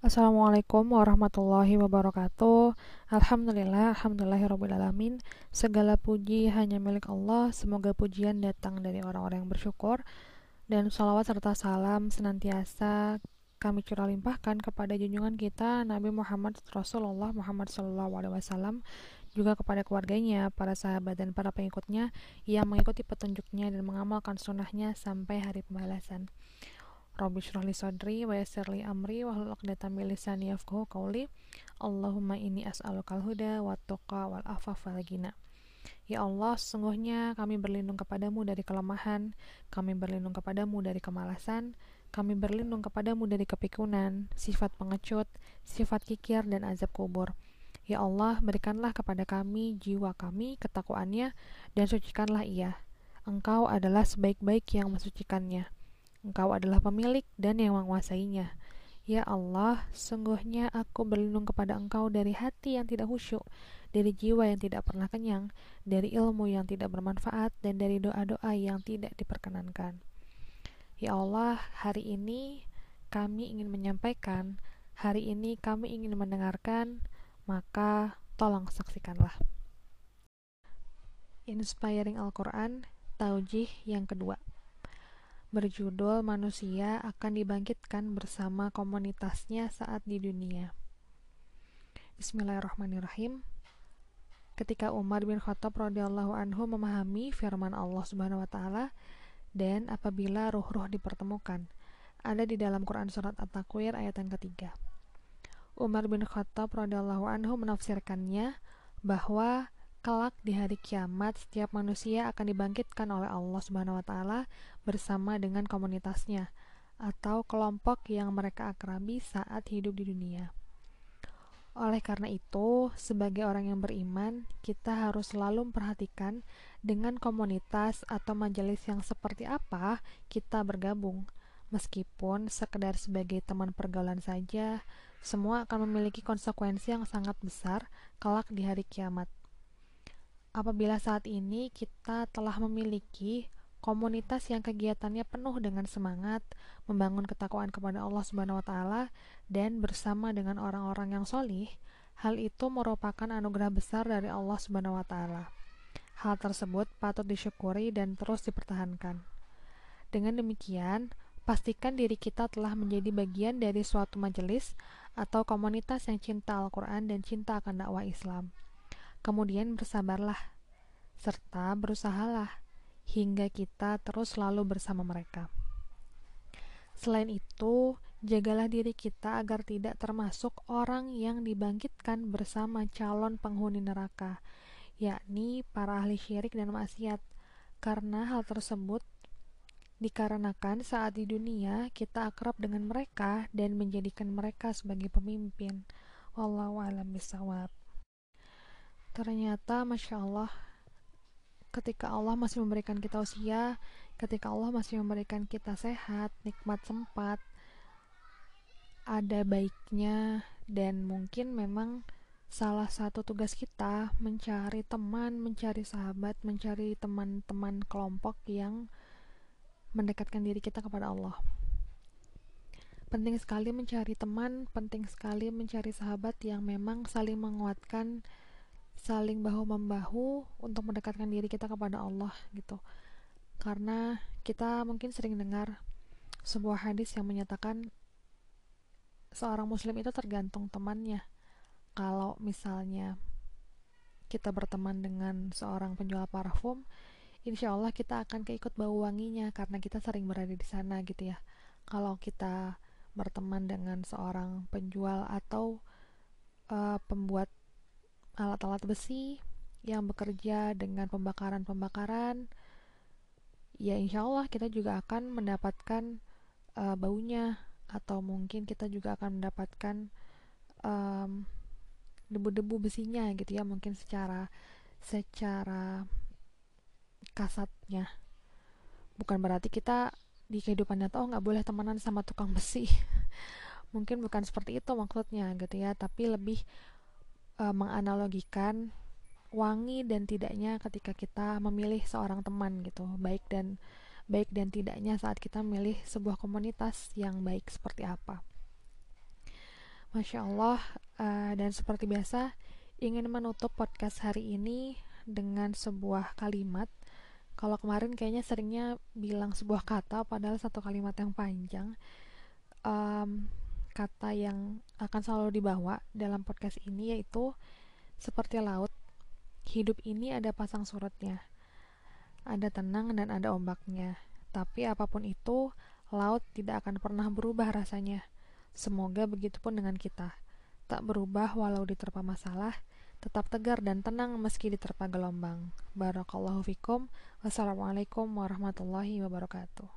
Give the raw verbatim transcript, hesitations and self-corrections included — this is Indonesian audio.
Assalamualaikum warahmatullahi wabarakatuh. Alhamdulillah, alhamdulillahirrabbilalamin. Segala puji hanya milik Allah. Semoga pujian datang dari orang-orang yang bersyukur. Dan salawat serta salam senantiasa kami curah limpahkan kepada junjungan kita Nabi Muhammad Rasulullah Muhammad Sallallahu Alaihi Wasallam, juga kepada keluarganya, para sahabat dan para pengikutnya yang mengikuti petunjuknya dan mengamalkan sunnahnya sampai hari pembalasan. Rabbi shrah li sadri wa yassir li amri wahlul 'uqdatam min lisani yafqahu qawli. Allahumma inni as'alukal huda wat tuqa wal afaf wal ghina. Ya Allah, sesungguhnya kami berlindung kepadamu dari kelemahan, kami berlindung kepadamu dari kemalasan, kami berlindung kepadamu dari kepikunan, sifat pengecut, sifat kikir dan azab kubur. Ya Allah, berikanlah kepada kami jiwa kami ketakwaannya dan sucikanlah ia. Engkau adalah sebaik-baik yang mensucikannya. Engkau adalah pemilik dan yang menguasainya. Ya Allah, sungguhnya aku berlindung kepada Engkau dari hati yang tidak khusyuk, dari jiwa yang tidak pernah kenyang, dari ilmu yang tidak bermanfaat, dan dari doa-doa yang tidak diperkenankan. Ya Allah, hari ini kami ingin menyampaikan, hari ini kami ingin mendengarkan, maka tolong saksikanlah. Inspiring Al-Quran, Taujih yang kedua, berjudul Manusia akan dibangkitkan bersama komunitasnya saat di dunia. Bismillahirrahmanirrahim. Ketika Umar bin Khattab radhiyallahu anhu memahami firman Allah Subhanahu wa taala, dan apabila ruh-ruh dipertemukan, ada di dalam Quran surat At-Takwir ayat yang ketiga. Umar bin Khattab radhiyallahu anhu menafsirkannya bahwa kelak di hari kiamat setiap manusia akan dibangkitkan oleh Allah Subhanahu wa taala bersama dengan komunitasnya atau kelompok yang mereka akrabi saat hidup di dunia. Oleh karena itu, sebagai orang yang beriman, kita harus selalu memperhatikan dengan komunitas atau majelis yang seperti apa kita bergabung. Meskipun sekedar sebagai teman pergaulan saja, semua akan memiliki konsekuensi yang sangat besar kelak di hari kiamat. Apabila saat ini kita telah memiliki komunitas yang kegiatannya penuh dengan semangat, membangun ketakwaan kepada Allah Subhanahu wa taala dan bersama dengan orang-orang yang solih, hal itu merupakan anugerah besar dari Allah Subhanahu wa taala. Hal tersebut patut disyukuri dan terus dipertahankan. Dengan demikian, pastikan diri kita telah menjadi bagian dari suatu majelis atau komunitas yang cinta Al-Quran dan cinta akan dakwah Islam. Kemudian bersabarlah, serta berusahalah, hingga kita terus selalu bersama mereka. Selain itu, jagalah diri kita agar tidak termasuk orang yang dibangkitkan bersama calon penghuni neraka, yakni para ahli syirik dan maksiat, karena hal tersebut dikarenakan saat di dunia kita akrab dengan mereka dan menjadikan mereka sebagai pemimpin. Wallahu a'lam bishawab. Ternyata Masya Allah, ketika Allah masih memberikan kita usia, ketika Allah masih memberikan kita sehat, nikmat sempat, ada baiknya dan mungkin memang salah satu tugas kita mencari teman, mencari sahabat, mencari teman-teman kelompok yang mendekatkan diri kita kepada Allah. Penting sekali mencari teman, penting sekali mencari sahabat yang memang saling menguatkan, saling bahu-membahu untuk mendekatkan diri kita kepada Allah gitu. Karena kita mungkin sering dengar sebuah hadis yang menyatakan seorang muslim itu tergantung temannya. Kalau misalnya kita berteman dengan seorang penjual parfum, insya Allah kita akan keikut bau wanginya karena kita sering berada di sana gitu ya. Kalau kita berteman dengan seorang penjual atau uh, pembuat alat-alat besi yang bekerja dengan pembakaran-pembakaran, ya insya Allah kita juga akan mendapatkan uh, baunya, atau mungkin kita juga akan mendapatkan um, debu-debu besinya gitu ya, mungkin secara secara kasatnya. Bukan berarti kita di kehidupan nyata oh nggak boleh temenan sama tukang besi. Mungkin bukan seperti itu maksudnya gitu ya, tapi lebih uh, menganalogikan wangi dan tidaknya ketika kita memilih seorang teman gitu, baik dan baik dan tidaknya saat kita memilih sebuah komunitas yang baik seperti apa. Masya Allah, uh, dan seperti biasa, ingin menutup podcast hari ini dengan sebuah kalimat. Kalau kemarin kayaknya seringnya bilang sebuah kata, padahal satu kalimat yang panjang. Um, Kata yang akan selalu dibawa dalam podcast ini yaitu seperti laut, hidup ini ada pasang surutnya, ada tenang dan ada ombaknya. Tapi apapun itu, laut tidak akan pernah berubah rasanya. Semoga begitupun dengan kita. Tak berubah walau diterpa masalah, tetap tegar dan tenang meski diterpa gelombang. Barakallahu fikum. Wassalamualaikum warahmatullahi wabarakatuh.